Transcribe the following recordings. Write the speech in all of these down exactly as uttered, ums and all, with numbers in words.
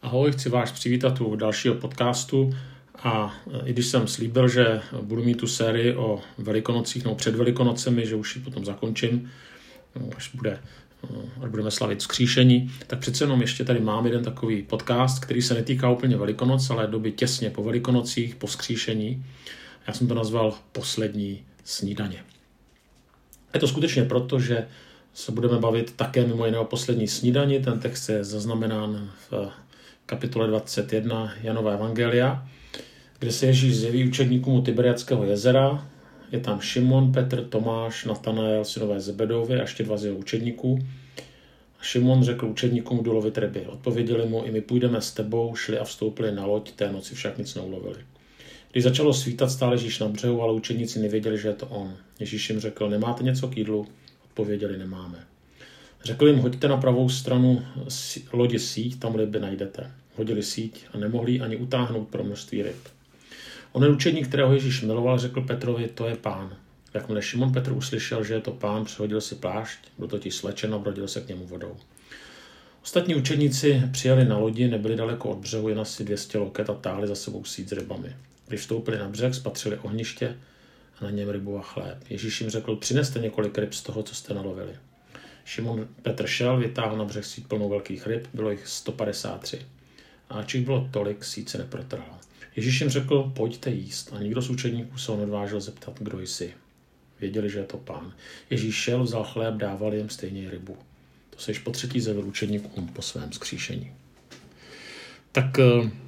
Ahoj, chci vás přivítat u dalšího podcastu a i když jsem slíbil, že budu mít tu sérii o Velikonocích nebo před Velikonocemi, že už ji potom zakončím, až, bude, až budeme slavit vzkříšení, tak přece jenom ještě tady mám jeden takový podcast, který se netýká úplně Velikonoc, ale doby těsně po Velikonocích, po vzkříšení. Já jsem to nazval Poslední snídaně. Je to skutečně proto, že se budeme bavit také mimo jiného o poslední snídani. Ten text je zaznamenán v kapitole dvacet jedna Janova evangelia, kde se Ježíš zjeví učedníkům u Tiberiadského jezera. Je tam Šimon, Petr, Tomáš, Natanael, synové Zebedovi a ještě dva z jeho učedníků. A Šimon řekl učedníkům, jdu lovit ryby. Odpověděli mu, i my půjdeme s tebou, šli a vstoupili na loď, té noci však nic neulovili. Když začalo svítat, stál Ježíš na břehu, ale učedníci nevěděli, že je to on. Ježíš jim řekl, nemáte něco k jídlu? Odpověděli, nemáme. Řekl jim, hoďte na pravou stranu lodi síť, tam ryby najdete. Hodili síť a nemohli ani utáhnout pro množství ryb. Onen učedník, kterého Ježíš miloval, řekl Petrovi, to je Pán. Jakmile Šimon Petr uslyšel, že je to Pán, přehodil si plášť, byl totiž slečen a brodil se k němu vodou. Ostatní učedníci přijeli na lodi, nebyli daleko od břehu, jen asi dvě stě loket a táhli za sebou síť s rybami. Když vstoupili na břeh, spatřili ohniště a na něm rybu a chléb. Ježíš jim řekl, přineste několik ryb z toho, co jste nalovili. Šimon Petr šel, vytáhl na břeh síť plnou velkých ryb, bylo jich sto padesát tři. A ač jich bylo tolik, síť se neprotrhla. Ježíš jim řekl, pojďte jíst. A nikdo z učedníků se ho neodvážil zeptat, kdo jsi. Věděli, že je to Pán. Ježíš šel, vzal chléb, dával jim stejně rybu. To se již po třetí zjevil učedníkům po svém vzkříšení. Tak,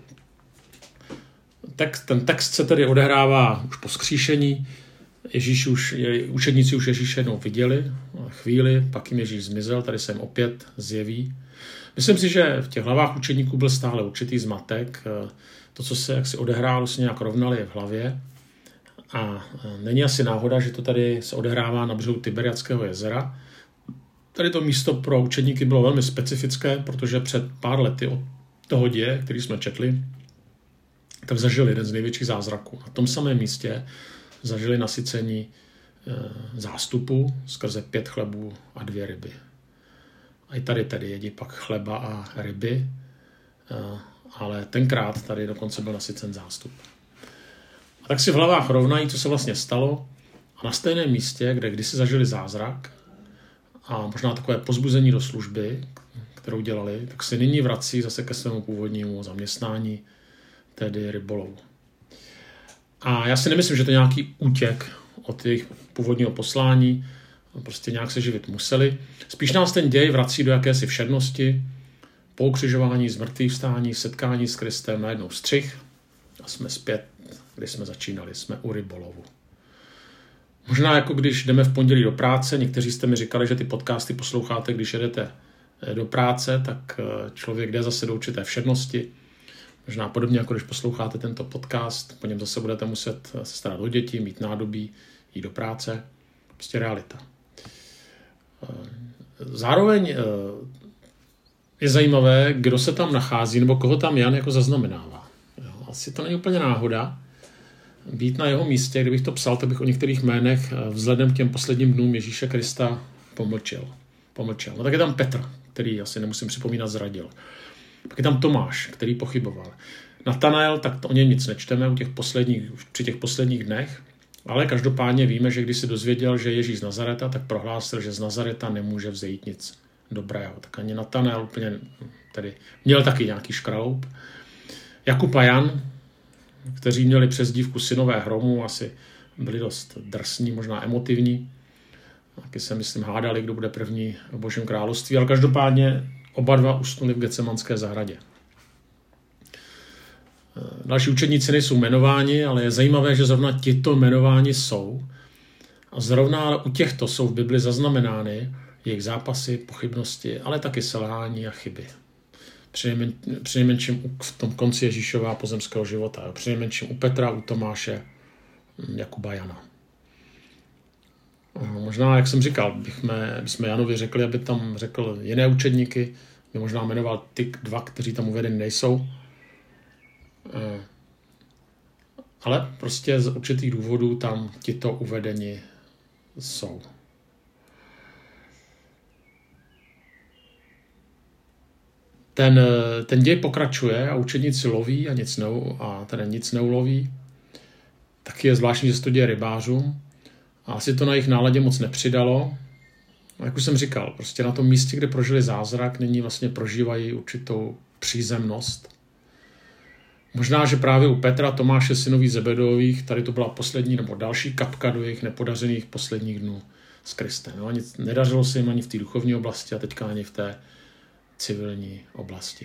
tak ten text se tedy odehrává už po vzkříšení. Ježíš už, učedníci už Ježíše jednou viděli chvíli, pak jim Ježíš zmizel, tady se jim opět zjeví. Myslím si, že v těch hlavách učedníků byl stále určitý zmatek. To, co se jaksi odehrálo, se nějak rovnali v hlavě. A není asi náhoda, že to tady se odehrává na břehu Tiberiadského jezera. Tady to místo pro učedníky bylo velmi specifické, protože před pár lety od toho děje, který jsme četli, tak zažili jeden z největších zázraků. Na tom samém místě zažili nasycení zástupu skrze pět chlebů a dvě ryby. A i tady tedy jedí pak chleba a ryby, ale tenkrát tady dokonce byl nasycen zástup. A tak si v hlavách rovnají, co se vlastně stalo, a na stejném místě, kde kdysi zažili zázrak a možná takové pozbuzení do služby, kterou dělali, tak se nyní vrací zase ke svému původnímu zaměstnání, tedy rybolovu. A já si nemyslím, že to je nějaký útěk od jejich původního poslání, prostě nějak se živit museli. Spíš nás ten děj vrací do jakési všednosti, po ukřižování, zmrtvých vstání, setkání s Kristem, najednou střih a jsme zpět, kdy jsme začínali, jsme u rybolovu. Možná jako když jdeme v pondělí do práce, někteří jste mi říkali, že ty podcasty posloucháte, když jedete do práce, tak člověk jde zase do určité všednosti. Možná podobně, jako když posloucháte tento podcast, po něm zase budete muset se starat o děti, mít nádobí, jít do práce. Prostě realita. Zároveň je zajímavé, kdo se tam nachází, nebo koho tam Jan jako zaznamenává. Asi to není úplně náhoda. Být na jeho místě, kdybych to psal, tak bych o některých jménech vzhledem k těm posledním dnům Ježíše Krista pomlčel. pomlčel. No tak je tam Petr, který asi nemusím připomínat zradil. Pak je tam Tomáš, který pochyboval. Natanael, tak to o něm nic nečteme u těch posledních, při těch posledních dnech, ale každopádně víme, že když se dozvěděl, že Ježíš z Nazareta, tak prohlásil, že z Nazareta nemůže vzejít nic dobrého. Tak ani Natanael úplně tedy měl taky nějaký škraloup. Jakub a Jan, kteří měli přezdívku synové hromu, asi byli dost drsní, možná emotivní. Taky se, myslím, hádali, kdo bude první v Božím království, ale každopádně oba dva usnuli v Getsemanské zahradě. Další učedníci nejsou jmenováni, ale je zajímavé, že zrovna tito jmenováni jsou. A zrovna u těchto jsou v Bibli zaznamenány jejich zápasy, pochybnosti, ale taky selhání a chyby. Přinejmenším v tom konci Ježíšova pozemského života. Přinejmenším u Petra, u Tomáše, Jakuba, Jana. Možná, jak jsem říkal, bychom, bychom Janovi řekli, aby tam řekl jiné učedníky, by možná jmenoval ty dva, kteří tam uvedeni nejsou. Ale prostě z určitých důvodů tam tito uvedeni jsou. ten, ten děj pokračuje a učedníci loví a, nic neu, a ten nic neuloví. Taky je zvláštní, že se to děje rybářům. A asi to na jejich náladě moc nepřidalo. A jak už jsem říkal, prostě na tom místě, kde prožili zázrak, nyní vlastně prožívají určitou přízemnost. Možná, že právě u Petra, Tomáše, synových Zebedejových, tady to byla poslední nebo další kapka do jejich nepodařených posledních dnů s Kristem. No, nic nedařilo se jim ani v té duchovní oblasti a teďka ani v té civilní oblasti.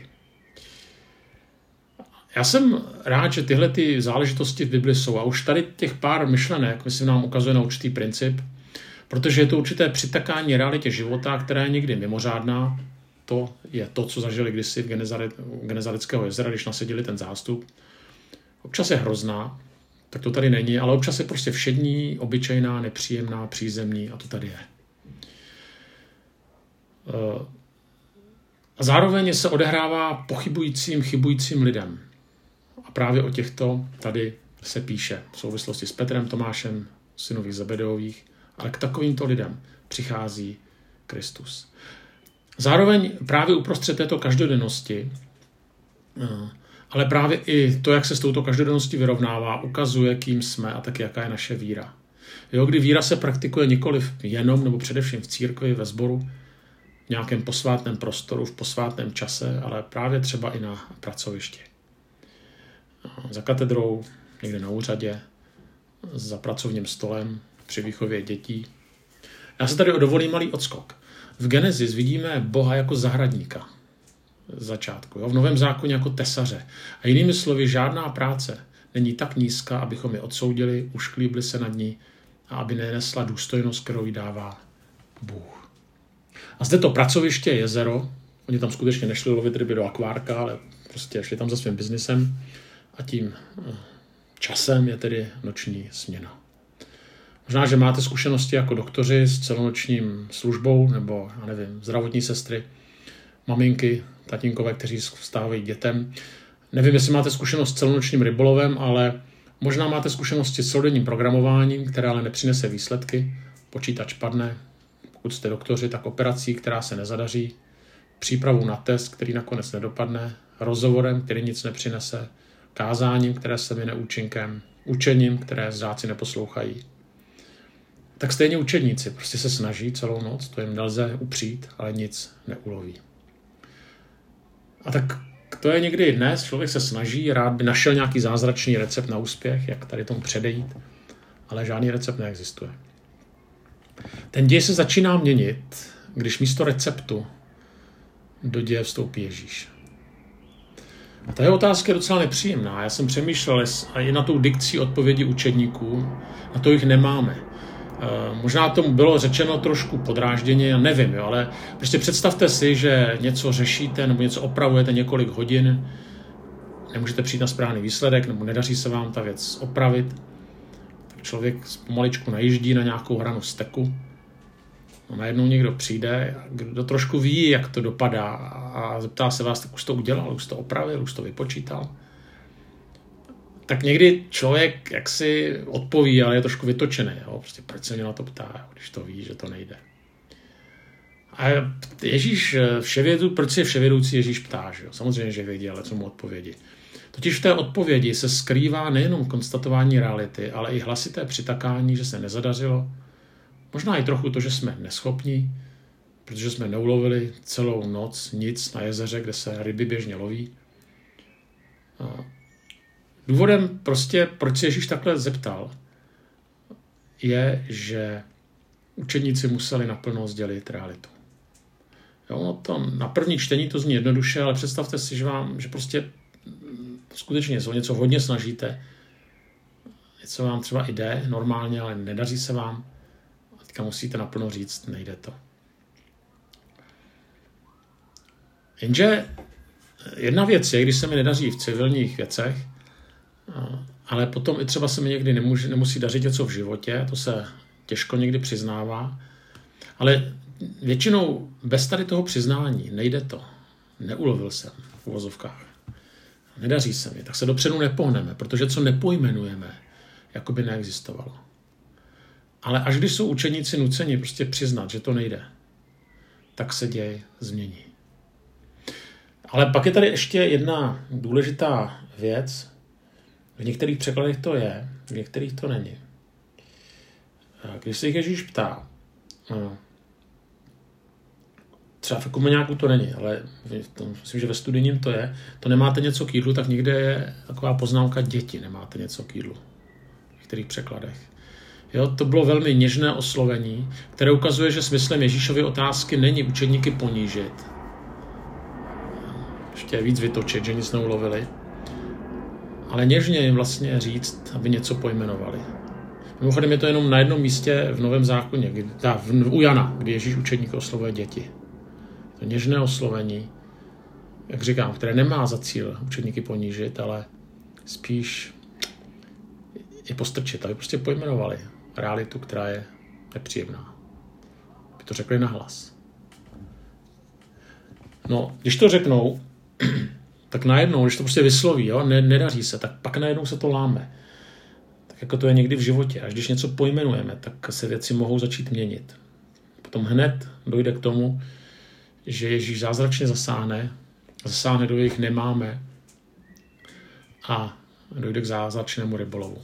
Já jsem rád, že tyhle ty záležitosti v Bibli jsou a už tady těch pár myšlenek, myslím, nám ukazuje na určitý princip, protože je to určité přitakání realitě života, která je někdy mimořádná. To je to, co zažili kdysi v Genezareckého jezera, když nasedili ten zástup. Občas je hrozná, tak to tady není, ale občas je prostě všední, obyčejná, nepříjemná, přízemní a to tady je. A zároveň se odehrává pochybujícím, chybujícím lidem. A právě o těchto tady se píše v souvislosti s Petrem, Tomášem, synových Zebedejových, ale k takovýmto lidem přichází Kristus. Zároveň právě uprostřed této každodennosti, ale právě i to, jak se s touto každodenností vyrovnává, ukazuje, kým jsme a tak jaká je naše víra. Jo, kdy víra se praktikuje nikoliv jenom nebo především v církvi, ve sboru, v nějakém posvátném prostoru, v posvátném čase, ale právě třeba i na pracovišti. Za katedrou, někde na úřadě, za pracovním stolem, při výchově dětí. Já se tady dovolím malý odskok. V Genesis vidíme Boha jako zahradníka z začátku, jo? V Novém zákoně jako tesaře. A jinými slovy, žádná práce není tak nízká, abychom ji odsoudili, ušklíbli se nad ní a aby nenesla důstojnost, kterou jí dává Bůh. A zde to pracoviště je jezero. Oni tam skutečně nešli lovit ryby do akvárka, ale prostě šli tam za svým biznisem a tím časem je tedy noční směna. Možná, že máte zkušenosti jako doktoři s celonočním službou nebo, já nevím, zdravotní sestry, maminky, tatínkové, kteří vstávají dětem. Nevím, jestli máte zkušenost s celonočním rybolovem, ale možná máte zkušenosti s celodenním programováním, které ale nepřinese výsledky. Počítač padne, pokud jste doktoři, tak operací, která se nezadaří, přípravou na test, který nakonec nedopadne, rozhovorem, který nic nepřinese, kázáním, které se mine účinkem, učením, které žáci neposlouchají. Tak stejně učedníci prostě se snaží celou noc, to jim nelze upřít, ale nic neuloví. A tak to je někdy dnes, člověk se snaží, rád by našel nějaký zázračný recept na úspěch, jak tady tomu předejít, ale žádný recept neexistuje. Ten děj se začíná měnit, když místo receptu do děje vstoupí Ježíš. A ta je otázka je docela nepříjemná. Já jsem přemýšlel i na tou dikcí odpovědi učedníků, na to jich nemáme. E, možná tomu bylo řečeno trošku podrážděně, já nevím, jo, ale prostě představte si, že něco řešíte nebo něco opravujete několik hodin, nemůžete přijít na správný výsledek nebo nedaří se vám ta věc opravit, tak člověk pomaličku najíždí na nějakou hranu steku. No, najednou někdo přijde, kdo trošku ví, jak to dopadá a zeptá se vás, tak už to udělal, už to opravil, už to vypočítal. Tak někdy člověk jaksi odpoví, ale je trošku vytočený. Jo? Prostě proč se mě na to ptá, když to ví, že to nejde. A Ježíš vševědu, proč se vševědoucí Ježíš ptá? Že jo? Samozřejmě, že vědí, ale co mu odpovědi. Totiž v té odpovědi se skrývá nejenom konstatování reality, ale i hlasité přitakání, že se nezadařilo. Možná i trochu to, že jsme neschopní, protože jsme neulovili celou noc nic na jezeře, kde se ryby běžně loví. Důvodem prostě, proč se Ježíš takhle zeptal, je, že učedníci museli naplno sdělit realitu. Jo, no to na první čtení to zní jednoduše, ale představte si, že vám, že prostě skutečně se o něco hodně snažíte, něco vám třeba jde normálně, ale nedaří se vám, a teďka musíte naplno říct, nejde to. Jenže jedna věc je, když se mi nedaří v civilních věcech, ale potom i třeba se mi někdy nemůže, nemusí dařit něco v životě, to se těžko někdy přiznává, ale většinou bez tady toho přiznání nejde to. Neulovil jsem v uvozovkách. Nedaří se mi, tak se dopředu nepohneme, protože co nepojmenujeme, jako by neexistovalo. Ale až když jsou učeníci nuceni prostě přiznat, že to nejde, tak se děj změní. Ale pak je tady ještě jedna důležitá věc. V některých překladech to je, v některých to není. Když se jich Ježíš ptá, třeba v Ekumeňáku to není, ale to, myslím, že ve studijním to je, to nemáte něco k jídlu, tak někde je taková poznámka děti, nemáte něco k jídlu. V některých překladech. Jo, to bylo velmi něžné oslovení, které ukazuje, že smyslem Ježíšovy otázky není učedníky ponížit, ještě víc vytočit, že nic neulovili, ale něžně jim vlastně říct, aby něco pojmenovali. Mimochodem je to jenom na jednom místě v Novém zákoně, kdy, ta, v, u Jana, kdy Ježíš učedník oslovuje děti. To něžné oslovení, jak říkám, které nemá za cíl učedníky ponížit, ale spíš je postrčit, aby prostě pojmenovali realitu, která je nepříjemná. Aby to řekli nahlas. No, když to řeknou, tak najednou, když to prostě vysloví, jo, nedaří se, tak pak najednou se to láme. Tak jako to je někdy v životě. Až když něco pojmenujeme, tak se věci mohou začít měnit. Potom hned dojde k tomu, že Ježíš zázračně zasáhne, zasáhne do jejich nemáme a dojde k zázračnému rybolovu.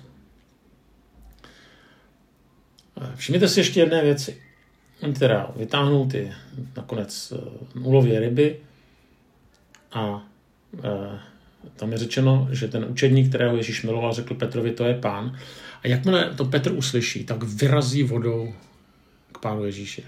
Všimněte si ještě jedné věci. Oni teda vytáhnou ty, nakonec uloví ryby a e, tam je řečeno, že ten učedník, kterého Ježíš miloval, řekl Petrovi, to je Pán. A jakmile to Petr uslyší, tak vyrazí vodou k Pánu Ježíši.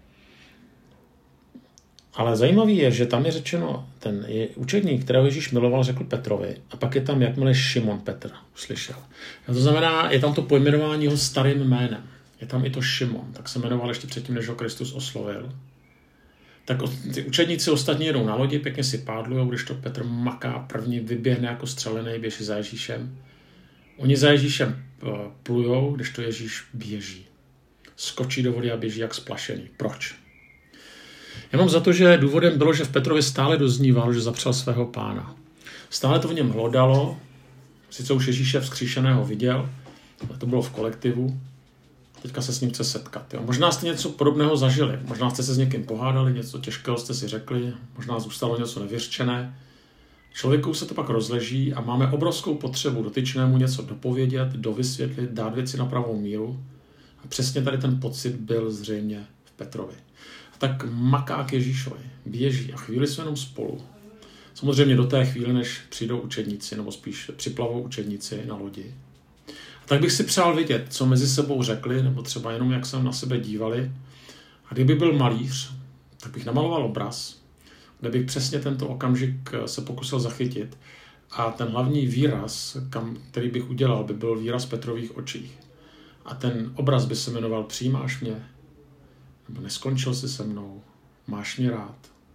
Ale zajímavý je, že tam je řečeno, ten je učedník, kterého Ježíš miloval, řekl Petrovi. A pak je tam, jakmile Šimon Petr uslyšel. A to znamená, je tam to pojmenování jeho starým jménem. Je tam i to Šimon, tak se jmenoval ještě předtím, než ho Kristus oslovil. Tak ty učedníci ostatní jedou na lodi, pěkně si pádlujou, když to Petr maká první, vyběhne jako střelený, běží za Ježíšem. Oni za Ježíšem plujou, když to Ježíš běží. Skočí do vody a běží jak splašený. Proč? Já mám za to, že důvodem bylo, že v Petrovi stále doznívalo, že zapřel svého Pána. Stále to v něm hlodalo, sice už Ježíše vzkříšeného viděl, ale to bylo v kolektivu. Teďka se s ním chce setkat. Jo. Možná jste něco podobného zažili. Možná jste se s někým pohádali, něco těžkého jste si řekli, možná zůstalo něco nevyřčené. Člověku se to pak rozleží a máme obrovskou potřebu dotyčnému něco dopovědět, dovysvětlit, dát věci na pravou míru. A přesně tady ten pocit byl zřejmě v Petrovi. A tak maká k Ježíšovi, běží a chvíli jsou jenom spolu. Samozřejmě do té chvíli, než přijdou učedníci, nebo spíš připlavou učedníci na lodi. Tak bych si přál vidět, co mezi sebou řekli, nebo třeba jenom jak se na sebe dívali. A kdyby byl malíř, tak bych namaloval obraz, kde bych přesně tento okamžik se pokusil zachytit. A ten hlavní výraz, kam, který bych udělal, by byl výraz Petrových očích. A ten obraz by se jmenoval Přijímáš mě? Nebo Neskončil jsi se mnou? Máš mě rád?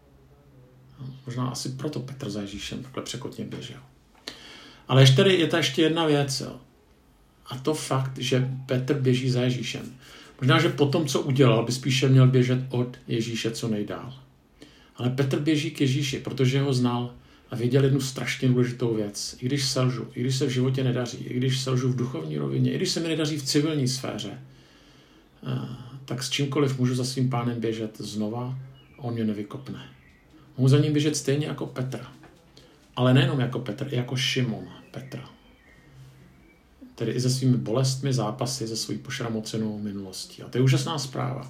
Možná asi proto Petr za Ježíšem takhle překotně běžel. Ale ještě tady je to ještě jedna věc, jo. A to fakt, že Petr běží za Ježíšem. Možná, že po tom, co udělal, by spíše měl běžet od Ježíše co nejdál. Ale Petr běží k Ježíši, protože ho znal a věděl jednu strašně důležitou věc. I když selžu, i když se v životě nedaří, i když selžu v duchovní rovině, i když se mi nedaří v civilní sféře, tak s čímkoliv můžu za svým Pánem běžet znova a on mě nevykopne. Mohu za ním běžet stejně jako Petr. Ale nejenom jako Petr, i jako Šimon Petra. Tedy i se svými bolestmi, zápasy, se svojí pošramocenou minulostí. A to je úžasná zpráva.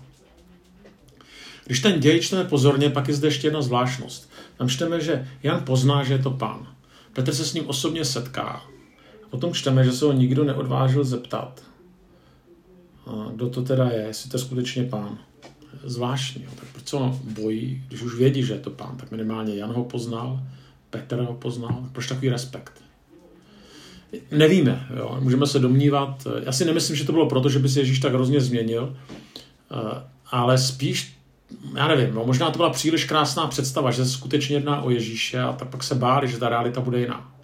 Když ten děj čteme pozorně, pak je zde ještě jedna zvláštnost. Tam čteme, že Jan pozná, že je to Pán. Petr se s ním osobně setká. A potom čteme, že se ho nikdo neodvážil zeptat, kdo to teda je, jestli to je skutečně Pán. Zvláštní. Jo. Tak proč se ho bojí, když už vědí, že je to Pán? Tak minimálně Jan ho poznal, Petr ho poznal. Proč takový respekt? Nevíme, jo. Můžeme se domnívat. Já si nemyslím, že to bylo proto, že by se Ježíš tak hrozně změnil, ale spíš, já nevím, no, možná to byla příliš krásná představa, že se skutečně jedná o Ježíše a tak pak se báli, že ta realita bude jiná.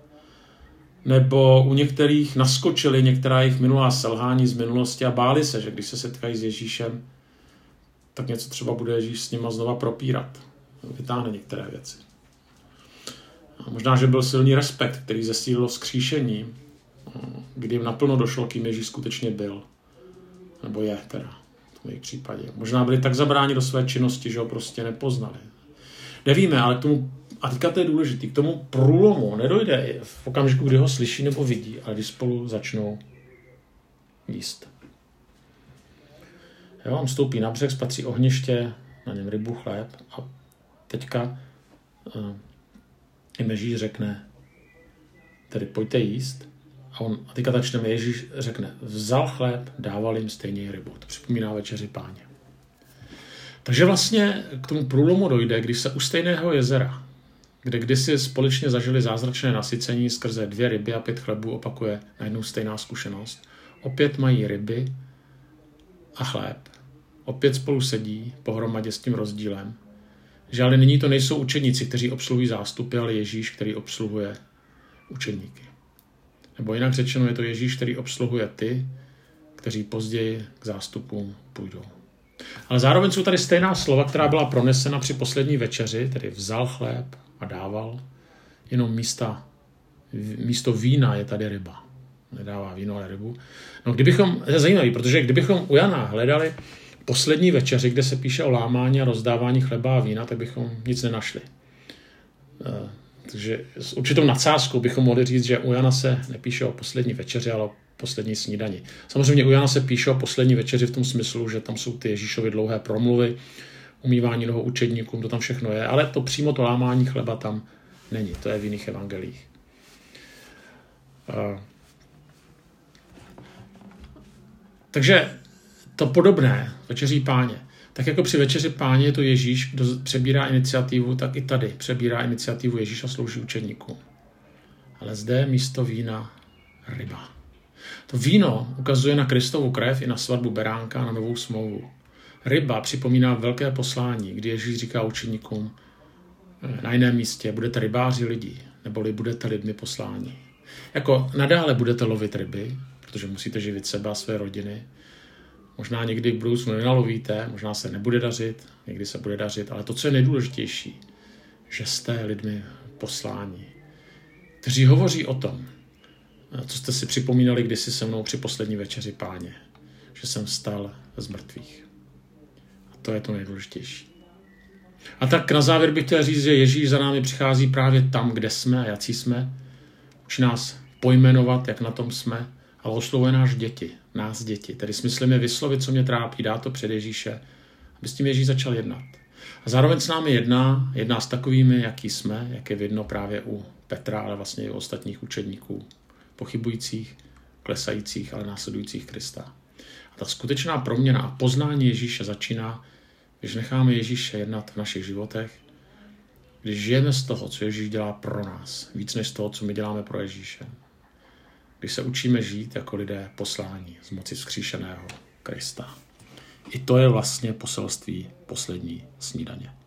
Nebo u některých naskočili některá jejich minulá selhání z minulosti a báli se, že když se setkají s Ježíšem, tak něco třeba bude Ježíš s nima znova propírat. Vytáhne některé věci. A možná, že byl silný respekt, který zesílil vzkříšení, kdy jim naplno došlo, kým Ježíš skutečně byl. Nebo je teda v jejich případě. Možná byli tak zabráni do své činnosti, že ho prostě nepoznali. Nevíme, ale k tomu A teďka to je důležité. K tomu průlomu nedojde v okamžiku, kdy ho slyší nebo vidí, ale když spolu začnou jíst. Jo, on vstoupí na břeh, spatří ohniště, na něm rybu, chléb a teďka uh, jim Ježíš řekne, tedy pojďte jíst. A, on, a teďka začneme, Ježíš řekne, vzal chléb, dával jim stejně rybu. To připomíná večeři Páně. Takže vlastně k tomu průlomu dojde, když se u stejného jezera, kde kdysi společně zažili zázračné nasycení skrze dvě ryby a pět chlebů, opakuje najednou stejná zkušenost. Opět mají ryby a chléb. Opět spolu sedí pohromadě s tím rozdílem, že ale nyní to nejsou učedníci, kteří obsluhují zástupy, ale Ježíš, který obsluhuje učedníky. Nebo jinak řečeno, je to Ježíš, který obsluhuje ty, kteří později k zástupům půjdou. Ale zároveň jsou tady stejná slova, která byla pronesena při poslední večeři, tedy vzal chléb a dával, jenom místa, místo vína je tady ryba. Nedává víno, ale rybu. No kdybychom, to je zajímavý, protože kdybychom u Jana hledali poslední večeři, kde se píše o lámání a rozdávání chleba a vína, tak bychom nic nenašli. E, takže s určitou nadsázkou bychom mohli říct, že u Jana se nepíše o poslední večeři, ale o poslední snídani. Samozřejmě u Jana se píše o poslední večeři v tom smyslu, že tam jsou ty Ježíšovy dlouhé promluvy, umývání nohou učedníkům, to tam všechno je, ale to přímo to lámání chleba tam není. To je v jiných evangelích. E, takže to podobné večeří Páně. Tak jako při večeři Páně je to Ježíš, kdo přebírá iniciativu, tak i tady přebírá iniciativu Ježíš a slouží učedníkům. Ale zde je místo vína ryba. To víno ukazuje na Kristovu krev i na svatbu beránka, na novou smlouvu. Ryba připomíná velké poslání, kdy Ježíš říká učedníkům na jiném místě, budete rybáři lidí, neboli budete lidmi poslání. Jako nadále budete lovit ryby, protože musíte živit sebe a své rodiny. Možná někdy v budoucnu nenalovíte, možná se nebude dařit, někdy se bude dařit, ale to, co je nejdůležitější, že jste lidmi poslání, kteří hovoří o tom, co jste si připomínali kdysi se mnou při poslední večeři Páně, že jsem vstal z mrtvých. A to je to nejdůležitější. A tak na závěr bych chtěl říct, že Ježíš za námi přichází právě tam, kde jsme a jací jsme. Učí nás pojmenovat, jak na tom jsme, ale oslovuje nás děti, nás děti. Tedy smyslem je vyslovit, co mě trápí, dát to před Ježíše, aby s tím Ježíš začal jednat. A zároveň s námi jedná, jedná s takovými, jaký jsme, jak je vidno právě u Petra, ale vlastně i u ostatních učedníků, pochybujících, klesajících, ale následujících Krista. A ta skutečná proměna a poznání Ježíše začíná, když necháme Ježíše jednat v našich životech, když žijeme z toho, co Ježíš dělá pro nás, víc než z toho, co my děláme pro Ježíše. Když se učíme žít jako lidé poslání z moci vzkříšeného Krista. I to je vlastně poselství poslední snídaně.